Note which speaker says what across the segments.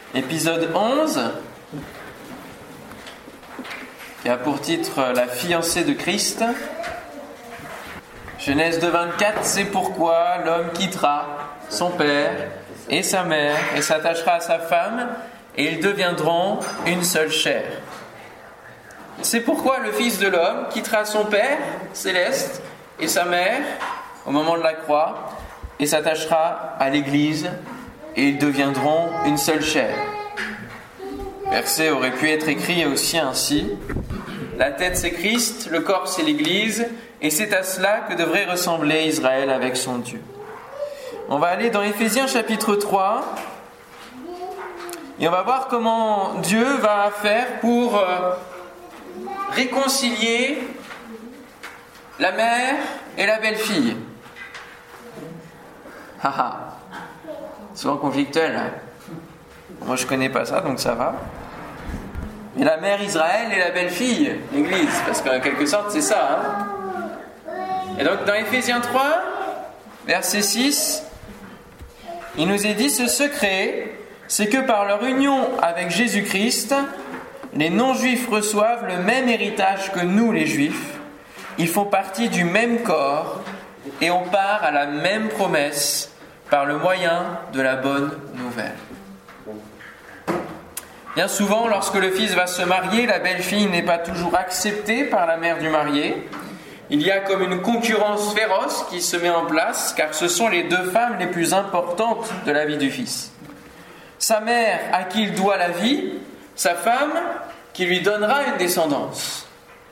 Speaker 1: épisode 11, qui a pour titre La fiancée de Christ. Genèse 2,24, c'est pourquoi l'homme quittera son père et sa mère et s'attachera à sa femme et ils deviendront une seule chair. C'est pourquoi le Fils de l'homme quittera son Père céleste et sa mère au moment de la croix et s'attachera à l'Église et ils deviendront une seule chair. Le verset aurait pu être écrit aussi ainsi. La tête c'est Christ, le corps c'est l'Église et c'est à cela que devrait ressembler Israël avec son Dieu. On va aller dans Éphésiens chapitre 3 et on va voir comment Dieu va faire pour réconcilier la mère et la belle-fille. Souvent conflictuel. Hein. Moi je connais pas ça donc ça va. Mais la mère Israël et la belle-fille, l'Église, parce qu'en quelque sorte c'est ça. Hein. Et donc dans Éphésiens 3, verset 6, il nous est dit ce secret, c'est que par leur union avec Jésus-Christ, les non-juifs reçoivent le même héritage que nous les juifs. Ils font partie du même corps et on part à la même promesse par le moyen de la bonne nouvelle. Bien souvent, lorsque le fils va se marier, la belle-fille n'est pas toujours acceptée par la mère du marié. Il y a comme une concurrence féroce qui se met en place, car ce sont les deux femmes les plus importantes de la vie du fils. Sa mère à qui il doit la vie, sa femme qui lui donnera une descendance.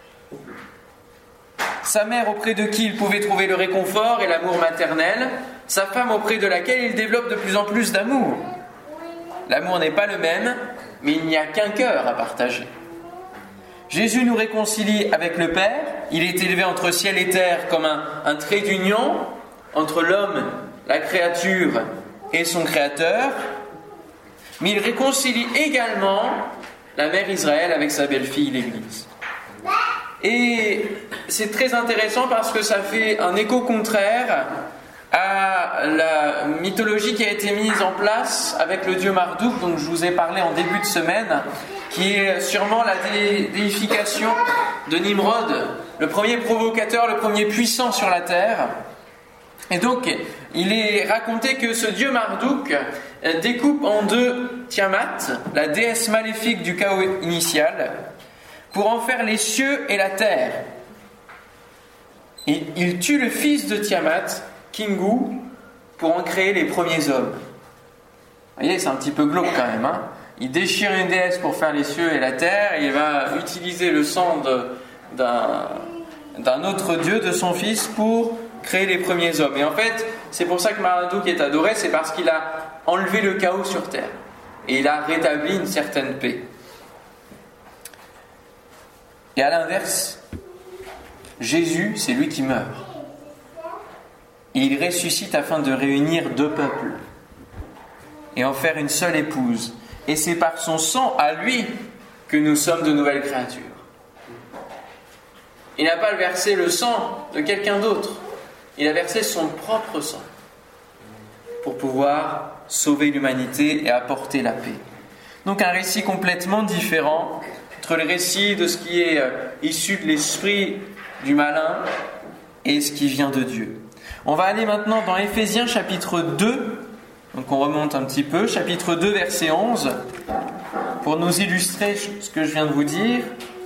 Speaker 1: Sa mère auprès de qui il pouvait trouver le réconfort et l'amour maternel, sa femme auprès de laquelle il développe de plus en plus d'amour. L'amour n'est pas le même, mais il n'y a qu'un cœur à partager. Jésus nous réconcilie avec le Père, il est élevé entre ciel et terre comme un trait d'union entre l'homme, la créature et son Créateur, mais il réconcilie également la mère Israël avec sa belle-fille, l'Église. Et c'est très intéressant parce que ça fait un écho contraire à la mythologie qui a été mise en place avec le dieu Marduk, dont je vous ai parlé en début de semaine, qui est sûrement la déification de Nimrod, le premier provocateur, le premier puissant sur la terre. Et donc, il est raconté que ce dieu Marduk découpe en deux Tiamat, la déesse maléfique du chaos initial, pour en faire les cieux et la terre. Et il tue le fils de Tiamat, Kingu, pour en créer les premiers hommes. Vous voyez, c'est un petit peu glauque quand même. Hein. Il déchire une déesse pour faire les cieux et la terre, et il va utiliser le sang d'un autre dieu, de son fils, pour créer les premiers hommes. Et en fait, c'est pour ça que Marduk est adoré, c'est parce qu'il a enlevé le chaos sur terre. Et il a rétabli une certaine paix. Et à l'inverse, Jésus, c'est lui qui meurt. Et il ressuscite afin de réunir deux peuples et en faire une seule épouse. Et c'est par son sang à lui que nous sommes de nouvelles créatures. Il n'a pas versé le sang de quelqu'un d'autre. Il a versé son propre sang pour pouvoir sauver l'humanité et apporter la paix. Donc un récit complètement différent entre le récit de ce qui est issu de l'esprit du malin et ce qui vient de Dieu. On va aller maintenant dans Éphésiens chapitre 2, donc on remonte un petit peu, chapitre 2 verset 11, pour nous illustrer ce que je viens de vous dire.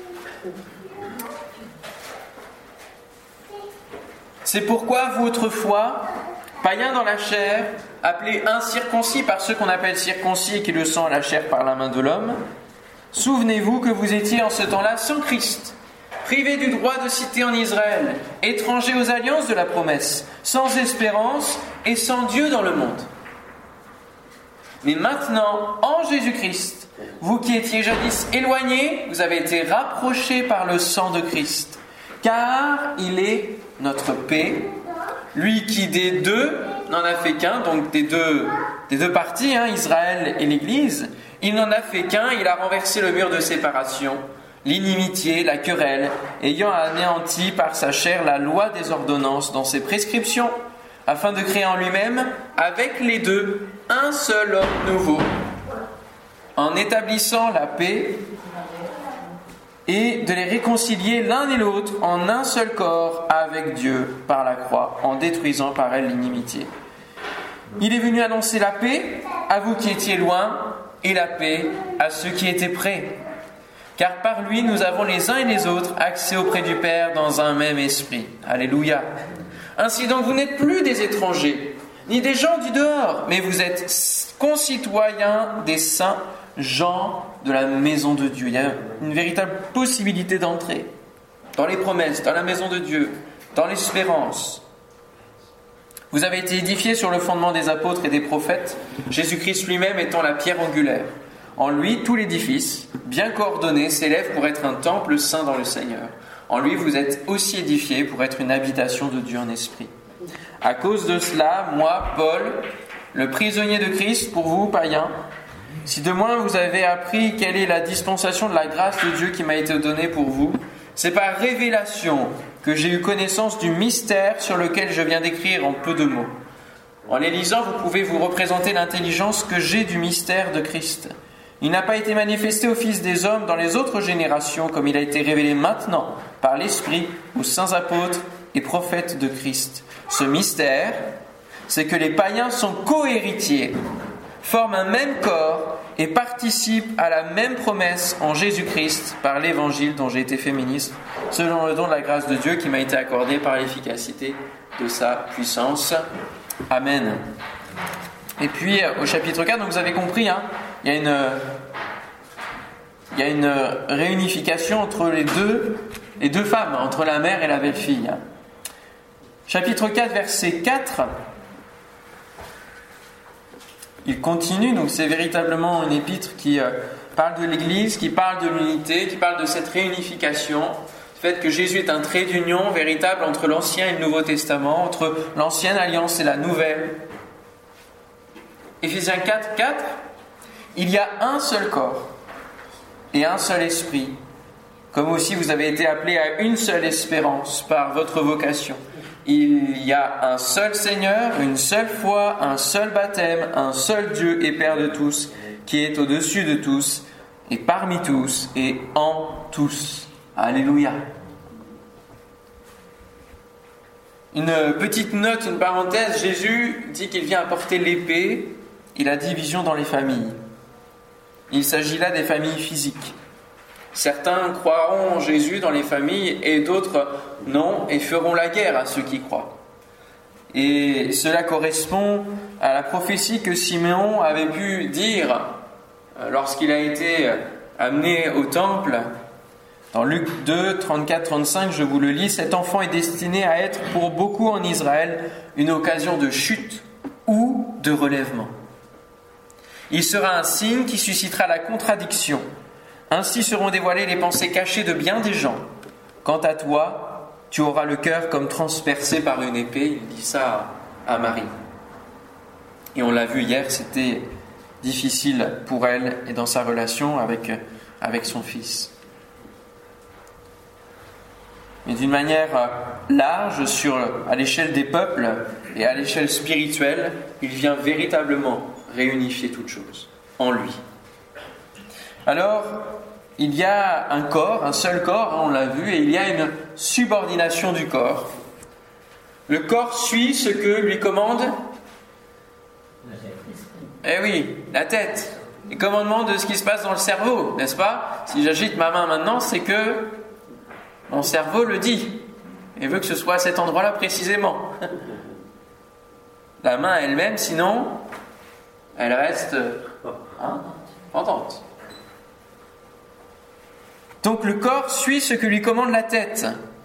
Speaker 1: C'est pourquoi vous autrefois, païens dans la chair, appelés incirconcis par ceux qu'on appelle circoncis et qui le sont à la chair par la main de l'homme, souvenez-vous que vous étiez en ce temps-là sans Christ, privés du droit de cité en Israël, étrangers aux alliances de la promesse, sans espérance et sans Dieu dans le monde. Mais maintenant, en Jésus-Christ, vous qui étiez jadis éloignés, vous avez été rapprochés par le sang de Christ, car il est notre paix, lui qui des deux n'en a fait qu'un, donc des deux parties, Israël et l'Église, il n'en a fait qu'un, il a renversé le mur de séparation, l'inimitié, la querelle, ayant anéanti par sa chair la loi des ordonnances dans ses prescriptions, afin de créer en lui-même, avec les deux, un seul homme nouveau, établissant la paix et de les réconcilier l'un et l'autre en un seul corps avec Dieu par la croix, en détruisant par elle l'inimitié. Il est venu annoncer la paix à vous qui étiez loin et la paix à ceux qui étaient près. Car par lui, nous avons les uns et les autres accès auprès du Père dans un même esprit. Alléluia. Ainsi donc, vous n'êtes plus des étrangers, ni des gens du dehors, mais vous êtes concitoyens des saints, gens de la maison de Dieu. Il y a une véritable possibilité d'entrer dans les promesses, dans la maison de Dieu, dans l'espérance. Vous avez été édifiés sur le fondement des apôtres et des prophètes, Jésus-Christ lui-même étant la pierre angulaire. En lui, tout l'édifice, bien coordonné, s'élève pour être un temple saint dans le Seigneur. En lui, vous êtes aussi édifiés pour être une habitation de Dieu en esprit. À cause de cela, moi, Paul, le prisonnier de Christ, pour vous, païens, si de moi vous avez appris quelle est la dispensation de la grâce de Dieu qui m'a été donnée pour vous, c'est par révélation que j'ai eu connaissance du mystère sur lequel je viens d'écrire en peu de mots. En les lisant, vous pouvez vous représenter l'intelligence que j'ai du mystère de Christ. Il n'a pas été manifesté aux fils des hommes dans les autres générations comme il a été révélé maintenant par l'Esprit aux saints apôtres et prophètes de Christ. Ce mystère, c'est que les païens sont co-héritiers, forment un même corps et participent à la même promesse en Jésus-Christ par l'Évangile dont j'ai été fait ministre, selon le don de la grâce de Dieu qui m'a été accordé par l'efficacité de sa puissance. Amen. Et puis au chapitre 4, donc vous avez compris, il y a une réunification entre les deux femmes, entre la mère et la belle-fille. Chapitre 4, verset 4, il continue, donc c'est véritablement une épître qui parle de l'Église, qui parle de l'unité, qui parle de cette réunification, du fait que Jésus est un trait d'union véritable entre l'Ancien et le Nouveau Testament, entre l'Ancienne Alliance et la Nouvelle. Éphésiens 4, 4, il y a un seul corps et un seul esprit, comme aussi vous avez été appelés à une seule espérance par votre vocation. Il y a un seul Seigneur, une seule foi, un seul baptême, un seul Dieu et Père de tous, qui est au-dessus de tous, et parmi tous, et en tous. Alléluia. Une petite note, une parenthèse, Jésus dit qu'il vient apporter l'épée et la division dans les familles. Il s'agit là des familles physiques. Certains croiront en Jésus dans les familles et d'autres non et feront la guerre à ceux qui croient. Et cela correspond à la prophétie que Siméon avait pu dire lorsqu'il a été amené au temple. Dans Luc 2, 34-35, je vous le lis, cet enfant est destiné à être pour beaucoup en Israël une occasion de chute ou de relèvement. Il sera un signe qui suscitera la contradiction. Ainsi seront dévoilées les pensées cachées de bien des gens. Quant à toi, tu auras le cœur comme transpercé par une épée. Il dit ça à Marie. Et on l'a vu hier, c'était difficile pour elle et dans sa relation avec son fils. Mais d'une manière large, à l'échelle des peuples et à l'échelle spirituelle, il vient véritablement réunifier toutes choses en lui. Alors, il y a un corps, un seul corps, on l'a vu, et il y a une subordination du corps. Le corps suit ce que lui commande la tête. Les commandements de ce qui se passe dans le cerveau, n'est-ce pas? Si j'agite ma main maintenant, c'est que mon cerveau le dit et veut que ce soit à cet endroit-là précisément. La main elle-même, sinon, elle reste pendante. Donc le corps suit ce que lui commande la tête.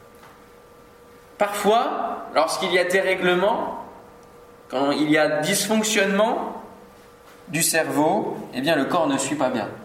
Speaker 1: Parfois, lorsqu'il y a dérèglement, quand il y a dysfonctionnement du cerveau, eh bien le corps ne suit pas bien.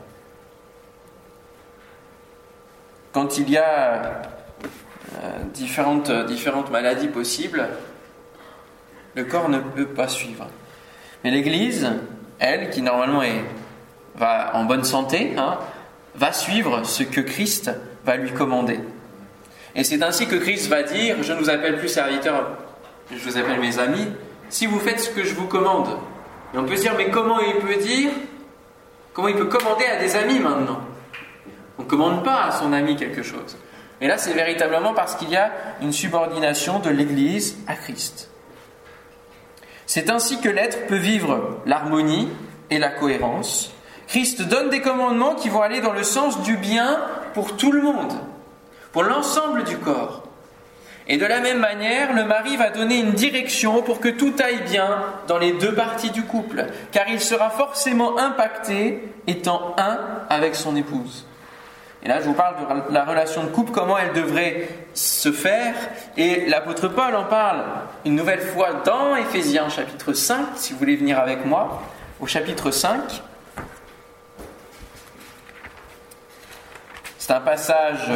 Speaker 1: Quand il y a différentes maladies possibles, le corps ne peut pas suivre. Mais l'Église, elle, qui normalement va en bonne santé, va suivre ce que Christ va lui commander. Et c'est ainsi que Christ va dire, je ne vous appelle plus serviteurs, je vous appelle mes amis, si vous faites ce que je vous commande. Et on peut se dire, mais comment Comment il peut commander à des amis maintenant? On ne commande pas à son ami quelque chose. Mais là, c'est véritablement parce qu'il y a une subordination de l'Église à Christ. C'est ainsi que l'être peut vivre l'harmonie et la cohérence. Christ donne des commandements qui vont aller dans le sens du bien pour tout le monde, pour l'ensemble du corps. Et de la même manière, le mari va donner une direction pour que tout aille bien dans les deux parties du couple, car il sera forcément impacté étant un avec son épouse. Et là, je vous parle de la relation de couple, comment elle devrait se faire. Et l'apôtre Paul en parle une nouvelle fois dans Éphésiens chapitre 5, si vous voulez venir avec moi, au chapitre 5. C'est un passage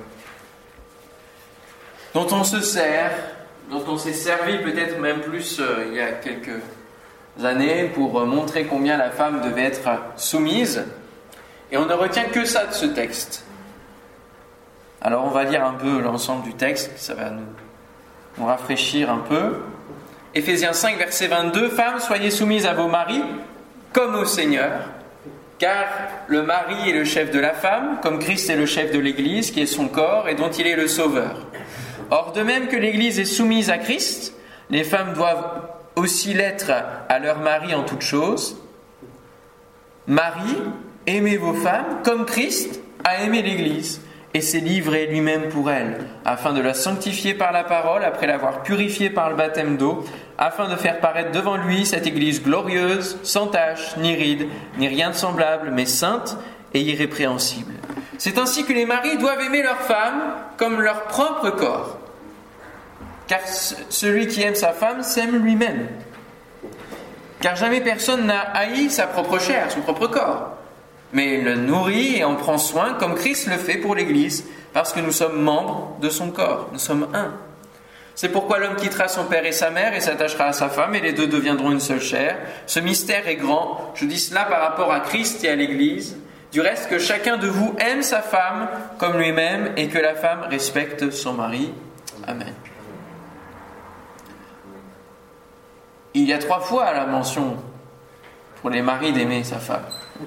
Speaker 1: dont on se sert, dont on s'est servi peut-être même plus il y a quelques années pour montrer combien la femme devait être soumise. Et on ne retient que ça de ce texte. Alors on va lire un peu l'ensemble du texte, ça va nous rafraîchir un peu. Éphésiens 5, verset 22, « Femmes, soyez soumises à vos maris, comme au Seigneur, car le mari est le chef de la femme, comme Christ est le chef de l'Église, qui est son corps et dont il est le sauveur. Or, de même que l'Église est soumise à Christ, les femmes doivent aussi l'être à leur mari en toutes choses. Marie, aimez vos femmes comme Christ a aimé l'Église et s'est livré lui-même pour elle, afin de la sanctifier par la parole, après l'avoir purifiée par le baptême d'eau, afin de faire paraître devant lui cette Église glorieuse, sans tache, ni ride, ni rien de semblable, mais sainte et irrépréhensible. C'est ainsi que les maris doivent aimer leurs femmes comme leur propre corps. Car celui qui aime sa femme s'aime lui-même. Car jamais personne n'a haï sa propre chair, son propre corps, mais il le nourrit et en prend soin comme Christ le fait pour l'Église, parce que nous sommes membres de son corps, nous sommes un. C'est pourquoi l'homme quittera son père et sa mère et s'attachera à sa femme, et les deux deviendront une seule chair. Ce mystère est grand, je dis cela par rapport à Christ et à l'Église. Du reste, que chacun de vous aime sa femme comme lui-même, et que la femme respecte son mari. Amen. Il y a 3 fois la mention pour les maris d'aimer sa femme.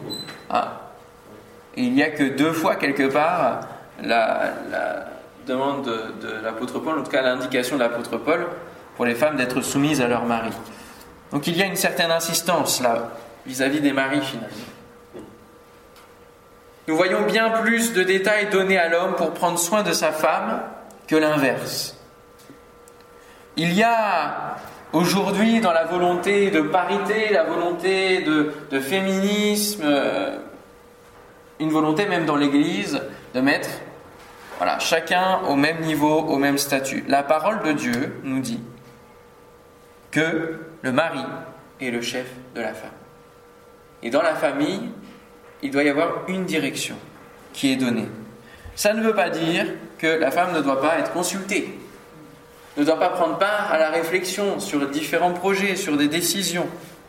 Speaker 1: Et il n'y a que 2 fois quelque part la demande de l'apôtre Paul, en tout cas l'indication de l'apôtre Paul, pour les femmes d'être soumises à leur mari. Donc il y a une certaine insistance là, vis-à-vis des maris finalement. Nous voyons bien plus de détails donnés à l'homme pour prendre soin de sa femme que l'inverse. Il y a aujourd'hui, dans la volonté de parité, la volonté de féminisme, une volonté même dans l'Église de mettre chacun au même niveau, au même statut. La parole de Dieu nous dit que le mari est le chef de la femme. Et dans la famille, il doit y avoir une direction qui est donnée. Ça ne veut pas dire que la femme ne doit pas être consultée, ne doit pas prendre part à la réflexion sur différents projets, sur des décisions.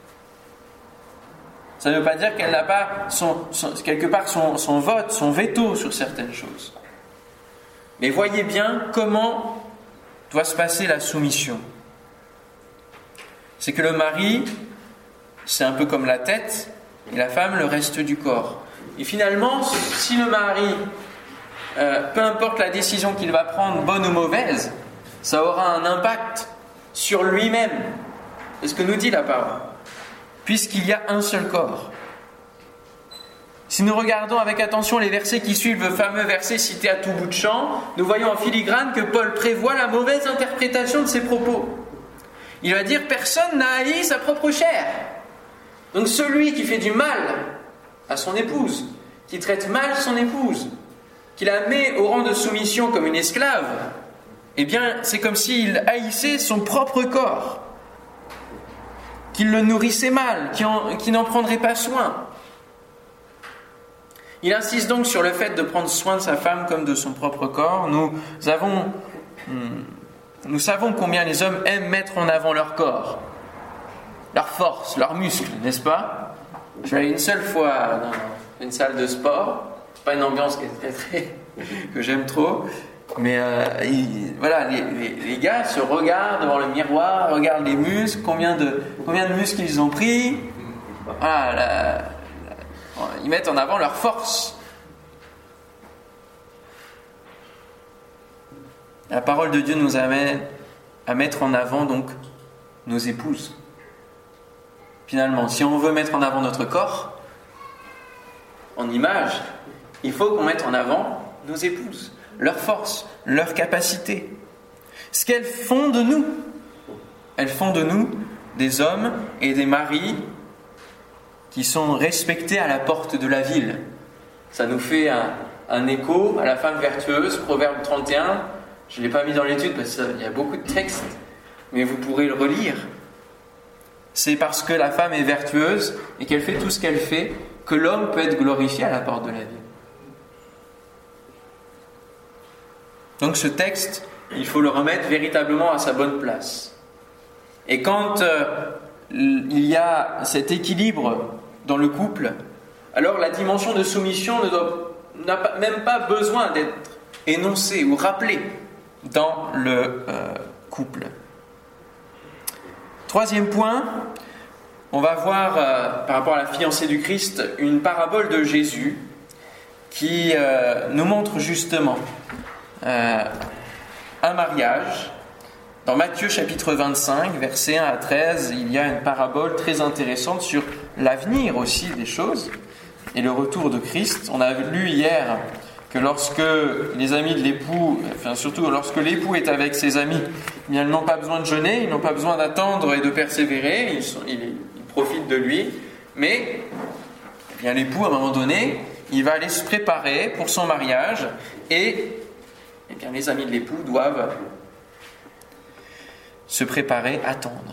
Speaker 1: Ça ne veut pas dire qu'elle n'a pas quelque part son vote, son veto sur certaines choses. Mais voyez bien comment doit se passer la soumission. C'est que le mari, c'est un peu comme la tête, et la femme, le reste du corps. Et finalement, si le mari, peu importe la décision qu'il va prendre, bonne ou mauvaise, ça aura un impact sur lui-même. C'est ce que nous dit la parole. Puisqu'il y a un seul corps. Si nous regardons avec attention les versets qui suivent, le fameux verset cité à tout bout de champ, nous voyons en filigrane que Paul prévoit la mauvaise interprétation de ses propos. Il va dire « Personne n'a haï sa propre chair ». Donc celui qui fait du mal à son épouse, qui traite mal son épouse, qui la met au rang de soumission comme une esclave, eh bien c'est comme s'il haïssait son propre corps, qu'il le nourrissait mal, qu'il n'en prendrait pas soin. Il insiste donc sur le fait de prendre soin de sa femme comme de son propre corps. Nous savons combien les hommes aiment mettre en avant leur corps, leur force, leurs muscles, n'est-ce pas? Je suis allé une seule fois dans une salle de sport, pas une ambiance que j'aime trop, mais les gars se regardent devant le miroir, regardent les muscles, combien de muscles ils ont pris. Ils mettent en avant leur force. La parole de Dieu nous amène à mettre en avant donc nos épouses. Finalement, si on veut mettre en avant notre corps, en image, il faut qu'on mette en avant nos épouses, leur force, leur capacité. Ce qu'elles font de nous. Elles font de nous des hommes et des maris qui sont respectés à la porte de la ville. Ça nous fait un écho à la femme vertueuse, Proverbe 31. Je ne l'ai pas mis dans l'étude parce qu'il y a beaucoup de textes, mais vous pourrez le relire. C'est parce que la femme est vertueuse et qu'elle fait tout ce qu'elle fait que l'homme peut être glorifié à la porte de la ville. Donc ce texte, il faut le remettre véritablement à sa bonne place. Et quand il y a cet équilibre dans le couple, alors la dimension de soumission n'a même pas besoin d'être énoncée ou rappelée dans le couple. Troisième point, on va voir par rapport à la fiancée du Christ une parabole de Jésus qui nous montre justement un mariage. Dans Matthieu chapitre 25, versets 1 à 13, il y a une parabole très intéressante sur l'avenir aussi des choses et le retour de Christ. On a lu hier que lorsque les amis de l'époux, enfin surtout lorsque l'époux est avec ses amis, eh bien, ils n'ont pas besoin de jeûner, ils n'ont pas besoin d'attendre et de persévérer, ils profitent de lui, mais eh bien, l'époux à un moment donné, il va aller se préparer pour son mariage et eh bien, les amis de l'époux doivent se préparer, attendre.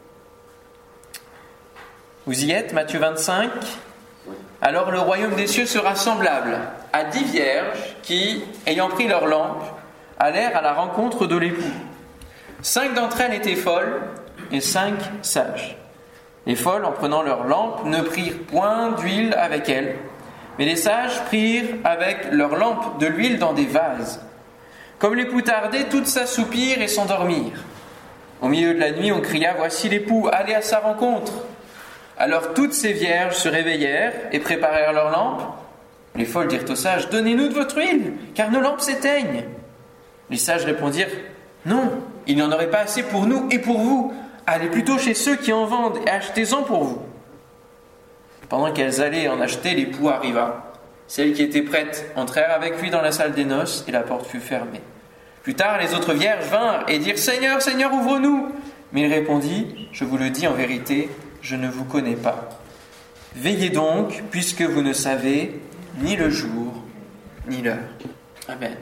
Speaker 1: Vous y êtes, Matthieu 25 ? Alors le royaume des cieux sera semblable à 10 vierges qui, ayant pris leur lampe, allèrent à la rencontre de l'époux. 5 d'entre elles étaient folles et 5 sages. Les folles, en prenant leur lampe, ne prirent point d'huile avec elles, mais les sages prirent avec leur lampe de l'huile dans des vases. Comme l'époux tardait, toutes s'assoupirent et s'endormirent. Au milieu de la nuit, on cria « Voici l'époux, allez à sa rencontre !» Alors toutes ces vierges se réveillèrent et préparèrent leurs lampes. Les folles dirent aux sages « Donnez-nous de votre huile, car nos lampes s'éteignent. » Les sages répondirent « Non, il n'y en aurait pas assez pour nous et pour vous. Allez plutôt chez ceux qui en vendent et achetez-en pour vous. » Pendant qu'elles allaient en acheter, l'époux arriva. Celles qui étaient prêtes entrèrent avec lui dans la salle des noces et la porte fut fermée. Plus tard, les autres vierges vinrent et dirent « Seigneur, Seigneur, ouvre-nous !» Mais il répondit « Je vous le dis en vérité, je ne vous connais pas. Veillez donc, puisque vous ne savez ni le jour, ni l'heure. » Amen.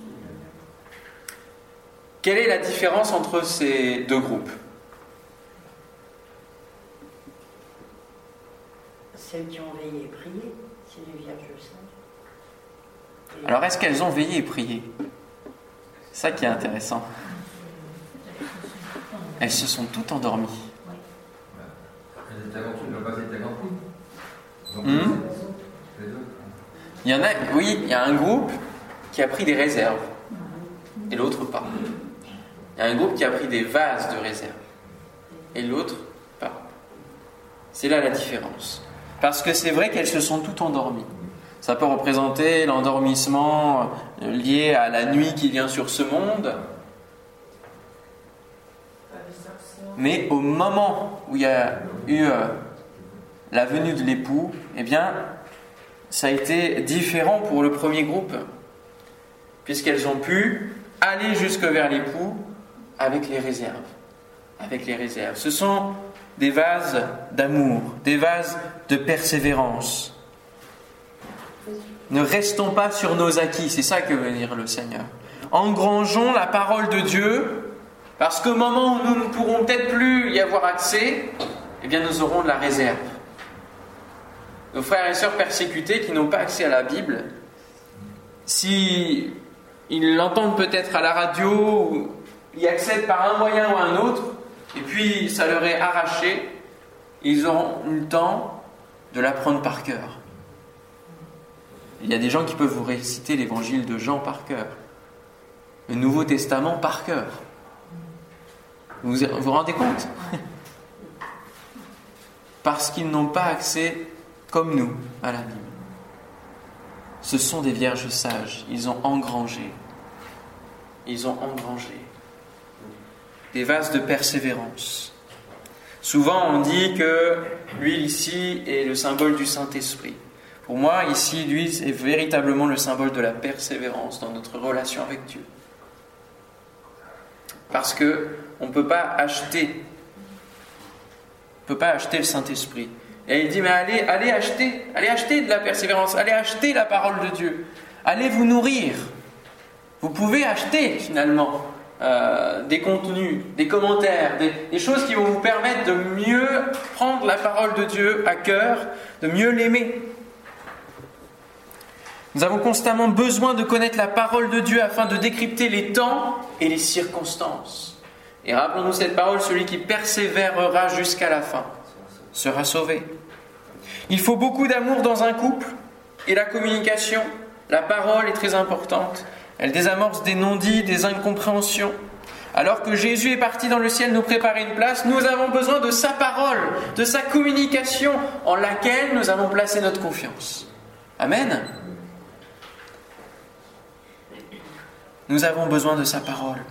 Speaker 1: Quelle est la différence entre ces deux groupes ?
Speaker 2: Celles qui ont veillé et prié, c'est les vierges sages.
Speaker 1: Alors, est-ce qu'elles ont veillé et prié ? C'est ça qui est intéressant. Elles se sont toutes endormies. Il y en a, oui, il y a un groupe qui a pris des réserves et l'autre pas. Il y a un groupe qui a pris des vases de réserve et l'autre pas. C'est là la différence. Parce que c'est vrai qu'elles se sont toutes endormies. Ça peut représenter l'endormissement lié à la nuit qui vient sur ce monde. Mais au moment où il y a eu la venue de l'époux, eh bien, ça a été différent pour le premier groupe, puisqu'elles ont pu aller jusque vers l'époux avec les réserves. Avec les réserves. Ce sont des vases d'amour, des vases de persévérance. Ne restons pas sur nos acquis, c'est ça que veut dire le Seigneur. Engrangeons la parole de Dieu, parce qu'au moment où nous ne pourrons peut-être plus y avoir accès, eh bien nous aurons de la réserve. Nos frères et sœurs persécutés qui n'ont pas accès à la Bible, si ils l'entendent peut-être à la radio, ou y accèdent par un moyen ou un autre, et puis ça leur est arraché, ils auront eu le temps de l'apprendre par cœur. Il y a des gens qui peuvent vous réciter l'évangile de Jean par cœur, le Nouveau Testament par cœur. Vous vous rendez compte ? Parce qu'ils n'ont pas accès comme nous, à l'abîme. Ce sont des vierges sages. Ils ont engrangé des vases de persévérance. Souvent, on dit que l'huile ici est le symbole du Saint-Esprit. Pour moi, ici, l'huile est véritablement le symbole de la persévérance dans notre relation avec Dieu. Parce que on ne peut pas acheter le Saint-Esprit. Et il dit, mais allez acheter de la persévérance, allez acheter la parole de Dieu, allez vous nourrir. Vous pouvez acheter finalement des contenus, des commentaires, des choses qui vont vous permettre de mieux prendre la parole de Dieu à cœur, de mieux l'aimer. Nous avons constamment besoin de connaître la parole de Dieu afin de décrypter les temps et les circonstances. Et rappelons-nous cette parole, celui qui persévérera jusqu'à la fin sera sauvé. Il faut beaucoup d'amour dans un couple et la communication, la parole est très importante. Elle désamorce des non-dits, des incompréhensions. Alors que Jésus est parti dans le ciel nous préparer une place, nous avons besoin de sa parole, de sa communication en laquelle nous avons placé notre confiance. Amen. Nous avons besoin de sa parole.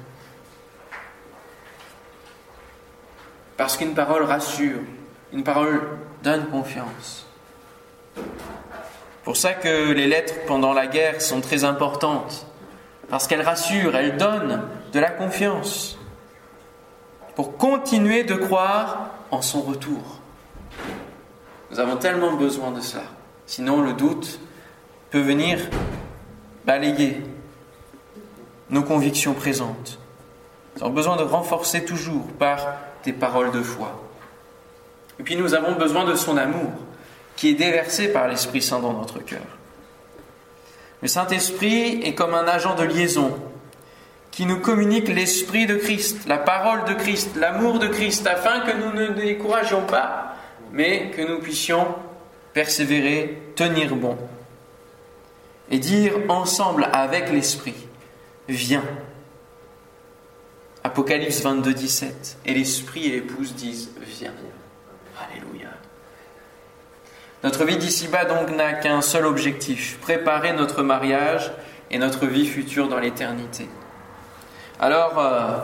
Speaker 1: Parce qu'une parole rassure, une parole donne confiance. C'est pour ça que les lettres pendant la guerre sont très importantes. Parce qu'elles rassurent, elles donnent de la confiance. Pour continuer de croire en son retour. Nous avons tellement besoin de cela. Sinon, le doute peut venir balayer nos convictions présentes. Nous avons besoin de renforcer toujours par des paroles de foi. Et puis nous avons besoin de son amour, qui est déversé par l'Esprit Saint dans notre cœur. Le Saint-Esprit est comme un agent de liaison qui nous communique l'Esprit de Christ, la parole de Christ, l'amour de Christ, afin que nous ne nous découragions pas, mais que nous puissions persévérer, tenir bon. Et dire ensemble avec l'Esprit, viens. Apocalypse 22, 17. Et l'Esprit et l'épouse disent, viens. Alléluia. Notre vie d'ici-bas donc n'a qu'un seul objectif, préparer notre mariage et notre vie future dans l'éternité. Alors,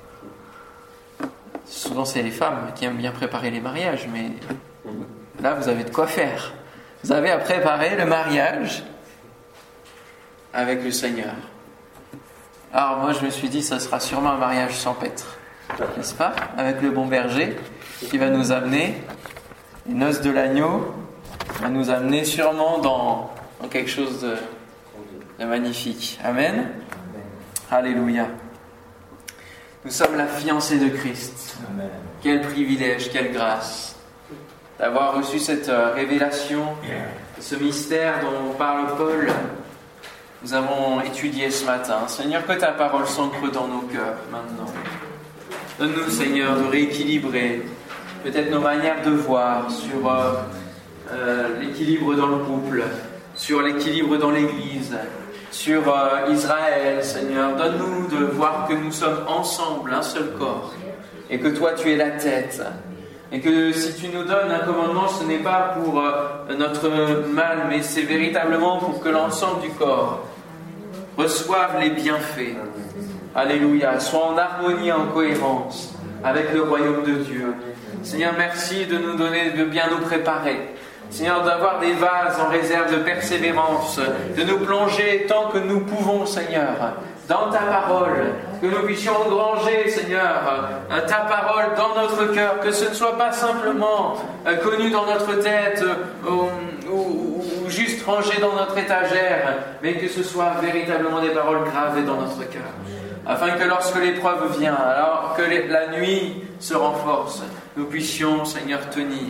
Speaker 1: souvent c'est les femmes qui aiment bien préparer les mariages, mais là vous avez de quoi faire. Vous avez à préparer le mariage avec le Seigneur. Alors moi je me suis dit, ça sera sûrement un mariage sans paître, n'est-ce pas? Avec le bon berger qui va nous amener, les noces de l'agneau, va nous amener sûrement dans quelque chose de magnifique. Amen. Alléluia. Nous sommes la fiancée de Christ. Amen. Quel privilège, quelle grâce d'avoir reçu cette révélation, ce mystère dont parle Paul. Nous avons étudié ce matin. Seigneur, que ta parole s'ancre dans nos cœurs maintenant. Donne-nous, Seigneur, de rééquilibrer peut-être nos manières de voir sur l'équilibre dans le couple, sur l'équilibre dans l'Église, sur Israël, Seigneur. Donne-nous de voir que nous sommes ensemble, un seul corps, et que toi tu es la tête. Et que si tu nous donnes un commandement, ce n'est pas pour notre mal, mais c'est véritablement pour que l'ensemble du corps reçoive les bienfaits. Alléluia, soit en harmonie, en cohérence avec le royaume de Dieu. Seigneur, merci de nous donner, de bien nous préparer. Seigneur, d'avoir des vases en réserve de persévérance, de nous plonger tant que nous pouvons, Seigneur, dans ta parole, que nous puissions engranger, Seigneur, ta parole dans notre cœur, que ce ne soit pas simplement connu dans notre tête ou juste rangé dans notre étagère, mais que ce soit véritablement des paroles gravées dans notre cœur, afin que lorsque l'épreuve vient, alors que la nuit se renforce, nous puissions, Seigneur, tenir.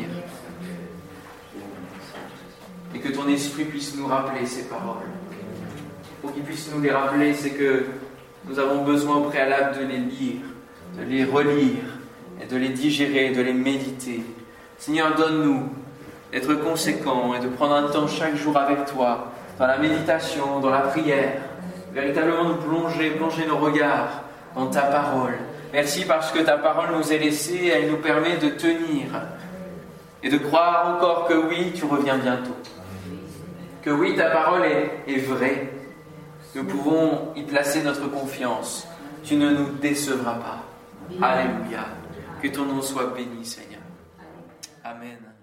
Speaker 1: Et que ton esprit puisse nous rappeler ces paroles. Pour qu'il puisse nous les rappeler, c'est que nous avons besoin au préalable de les lire, de les relire, et de les digérer, de les méditer. Seigneur, donne-nous d'être conséquents et de prendre un temps chaque jour avec toi, dans la méditation, dans la prière, véritablement nous plonger nos regards dans ta parole. Merci parce que ta parole nous est laissée, elle nous permet de tenir et de croire encore que oui, tu reviens bientôt. Que oui, ta parole est vraie. Nous pouvons y placer notre confiance. Tu ne nous décevras pas. Alléluia. Que ton nom soit béni, Seigneur. Amen.